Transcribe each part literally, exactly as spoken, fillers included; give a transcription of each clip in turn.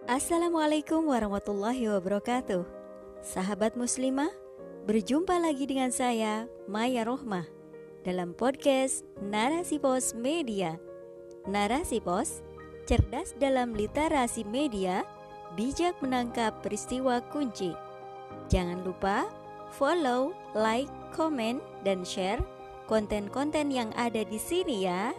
Assalamualaikum warahmatullahi wabarakatuh. Sahabat muslimah, berjumpa lagi dengan saya Maya Rohmah dalam podcast Narasi Pos Media. Narasi Pos, cerdas dalam literasi media, bijak menangkap peristiwa kunci. Jangan lupa follow, like, komen, dan share konten-konten yang ada di sini ya.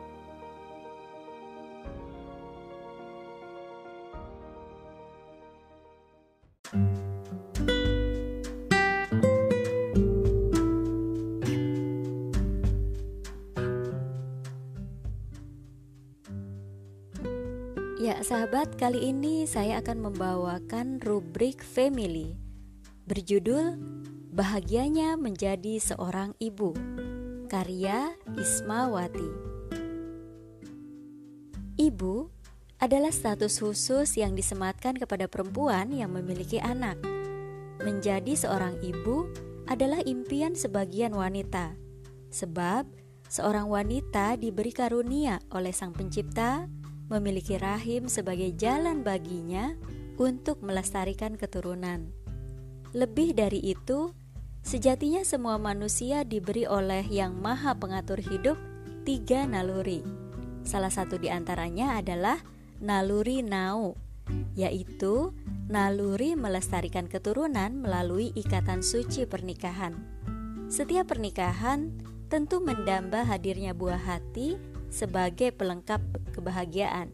Ya sahabat, kali ini saya akan membawakan rubrik family berjudul Bahagianya Menjadi Seorang Ibu, karya Ismawati. Ibu adalah status khusus yang disematkan kepada perempuan yang memiliki anak. Menjadi seorang ibu adalah impian sebagian wanita, sebab seorang wanita diberi karunia oleh Sang Pencipta memiliki rahim sebagai jalan baginya untuk melestarikan keturunan. Lebih dari itu, sejatinya semua manusia diberi oleh Yang Maha Pengatur Hidup tiga naluri. Salah satu di antaranya adalah naluri nau, yaitu naluri melestarikan keturunan melalui ikatan suci pernikahan. Setiap pernikahan tentu mendamba hadirnya buah hati sebagai pelengkap kebahagiaan.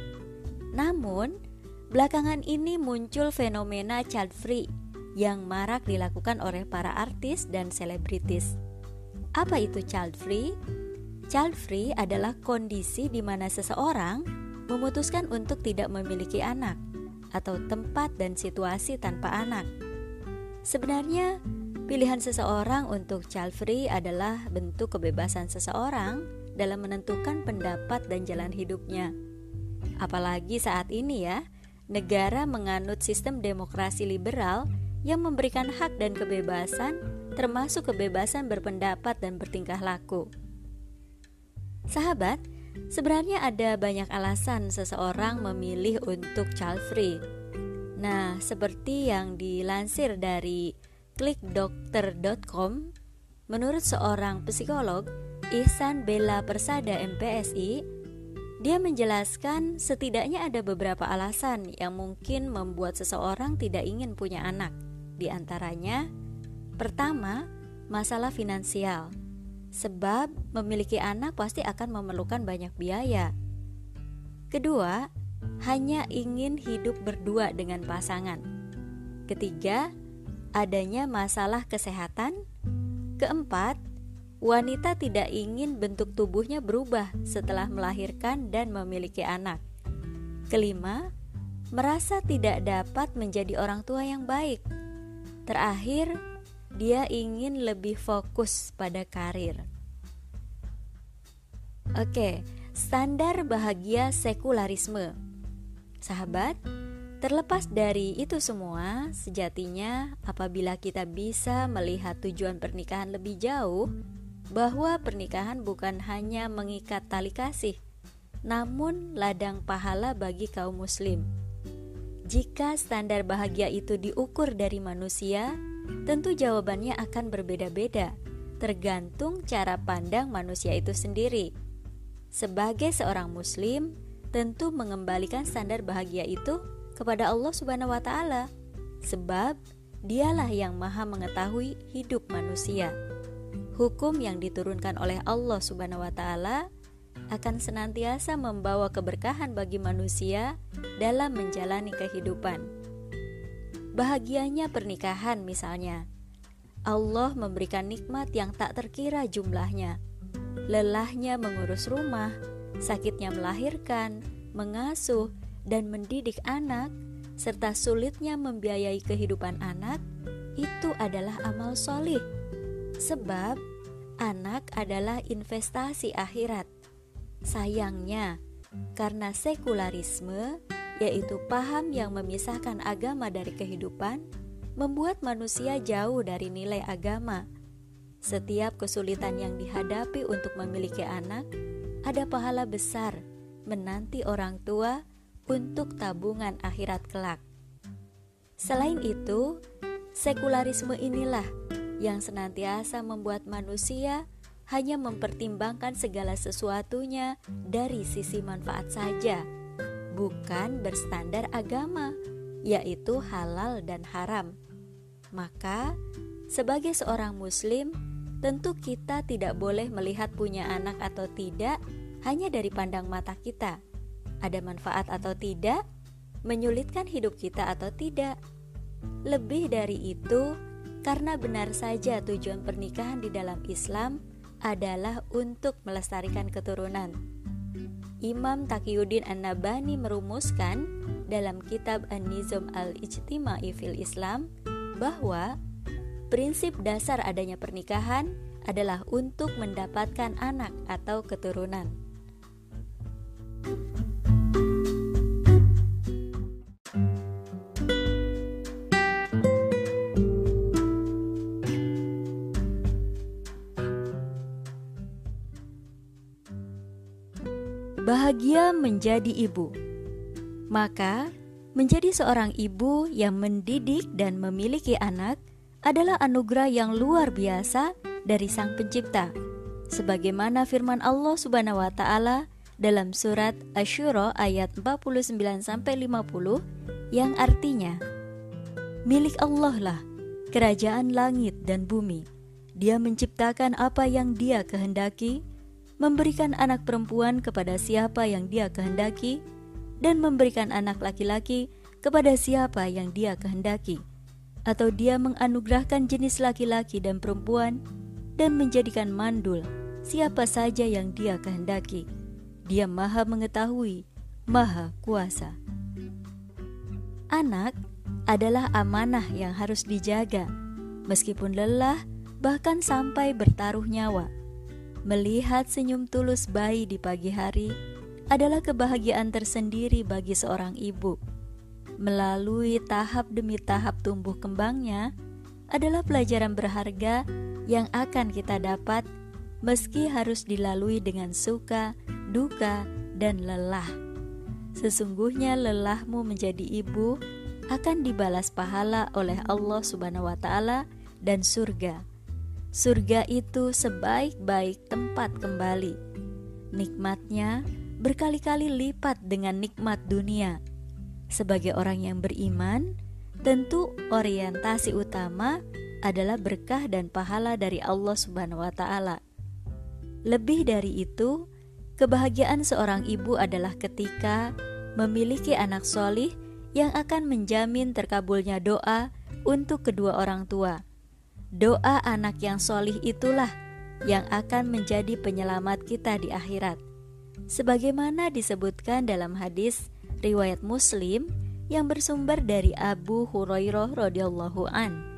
Namun, belakangan ini muncul fenomena child free yang marak dilakukan oleh para artis dan selebritis. Apa itu child free? Child free adalah kondisi di mana seseorang memutuskan untuk tidak memiliki anak atau tempat dan situasi tanpa anak. Sebenarnya, pilihan seseorang untuk child free adalah bentuk kebebasan seseorang dalam menentukan pendapat dan jalan hidupnya. Apalagi saat ini ya, negara menganut sistem demokrasi liberal yang memberikan hak dan kebebasan, termasuk kebebasan berpendapat dan bertingkah laku. Sahabat, sebenarnya ada banyak alasan seseorang memilih untuk child free. Nah, seperti yang dilansir dari klik dokter dot com, menurut seorang psikolog Ihsan Bella Persada M Psi, dia menjelaskan setidaknya ada beberapa alasan yang mungkin membuat seseorang tidak ingin punya anak. Di antaranya, pertama, masalah finansial. Sebab memiliki anak pasti akan memerlukan banyak biaya. Kedua, hanya ingin hidup berdua dengan pasangan. Ketiga, adanya masalah kesehatan. Keempat, wanita tidak ingin bentuk tubuhnya berubah setelah melahirkan dan memiliki anak. Kelima, merasa tidak dapat menjadi orang tua yang baik. Terakhir, dia ingin lebih fokus pada karir. Oke, standar bahagia sekularisme. Sahabat, terlepas dari itu semua, sejatinya apabila kita bisa melihat tujuan pernikahan lebih jauh, bahwa pernikahan bukan hanya mengikat tali kasih, namun ladang pahala bagi kaum muslim. Jika standar bahagia itu diukur dari manusia, tentu jawabannya akan berbeda-beda, tergantung cara pandang manusia itu sendiri. Sebagai seorang muslim, tentu mengembalikan standar bahagia itu kepada Allah Subhanahu wa Ta'ala, sebab Dialah yang Maha mengetahui hidup manusia. Hukum yang diturunkan oleh Allah Subhanahu wa Ta'ala akan senantiasa membawa keberkahan bagi manusia dalam menjalani kehidupan. Bahagianya pernikahan misalnya, Allah memberikan nikmat yang tak terkira jumlahnya. Lelahnya mengurus rumah, sakitnya melahirkan, mengasuh, dan mendidik anak, serta sulitnya membiayai kehidupan anak, itu adalah amal solih. Sebab anak adalah investasi akhirat. Sayangnya, karena sekularisme, yaitu paham yang memisahkan agama dari kehidupan, membuat manusia jauh dari nilai agama. Setiap kesulitan yang dihadapi untuk memiliki anak, ada pahala besar menanti orang tua untuk tabungan akhirat kelak. Selain itu, sekularisme inilah yang senantiasa membuat manusia hanya mempertimbangkan segala sesuatunya dari sisi manfaat saja, bukan berstandar agama, yaitu halal dan haram. Maka, sebagai seorang muslim, tentu kita tidak boleh melihat punya anak atau tidak hanya dari pandang mata kita. Ada manfaat atau tidak, menyulitkan hidup kita atau tidak. Lebih dari itu, karena benar saja tujuan pernikahan di dalam Islam adalah untuk melestarikan keturunan. Imam Taqiyuddin An-Nabhani merumuskan dalam kitab An-Nizam Al-Ijtima'i fil Islam bahwa prinsip dasar adanya pernikahan adalah untuk mendapatkan anak atau keturunan. Bahagia menjadi ibu. Maka, menjadi seorang ibu yang mendidik dan memiliki anak adalah anugerah yang luar biasa dari Sang Pencipta. Sebagaimana firman Allah Subhanahu wa taala dalam surat Asy-Syura ayat empat puluh sembilan sampai lima puluh yang artinya, milik Allah lah kerajaan langit dan bumi. Dia menciptakan apa yang Dia kehendaki, memberikan anak perempuan kepada siapa yang Dia kehendaki, dan memberikan anak laki-laki kepada siapa yang Dia kehendaki. Atau Dia menganugerahkan jenis laki-laki dan perempuan dan menjadikan mandul siapa saja yang Dia kehendaki. Dia Maha Mengetahui, Maha Kuasa. Anak adalah amanah yang harus dijaga, meskipun lelah bahkan sampai bertaruh nyawa. Melihat senyum tulus bayi di pagi hari adalah kebahagiaan tersendiri bagi seorang ibu. Melalui tahap demi tahap tumbuh kembangnya adalah pelajaran berharga yang akan kita dapat meski harus dilalui dengan suka, duka, dan lelah. Sesungguhnya lelahmu menjadi ibu akan dibalas pahala oleh Allah Subhanahu wa taala dan surga. Surga itu sebaik-baik tempat kembali. Nikmatnya berkali-kali lipat dengan nikmat dunia. Sebagai orang yang beriman, tentu orientasi utama adalah berkah dan pahala dari Allah Subhanahu wa taala. Lebih dari itu, kebahagiaan seorang ibu adalah ketika memiliki anak solih yang akan menjamin terkabulnya doa untuk kedua orang tua. Doa anak yang solih itulah yang akan menjadi penyelamat kita di akhirat. Sebagaimana disebutkan dalam hadis riwayat Muslim yang bersumber dari Abu Hurairah radhiyallahu an.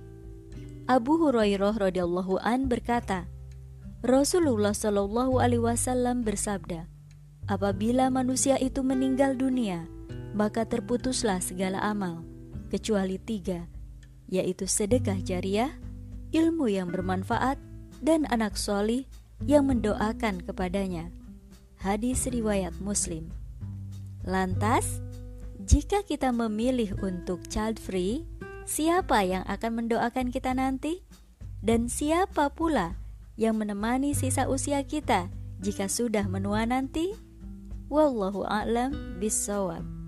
Abu Hurairah radhiyallahu an berkata, Rasulullah shallallahu alaihi wasallam bersabda, apabila manusia itu meninggal dunia, maka terputuslah segala amal, kecuali tiga, yaitu sedekah jariyah, ilmu yang bermanfaat, dan anak solih yang mendoakan kepadanya. Hadis riwayat Muslim. Lantas, jika kita memilih untuk child free, siapa yang akan mendoakan kita nanti? Dan siapa pula yang menemani sisa usia kita jika sudah menua nanti? Wallahu a'lam bishawab.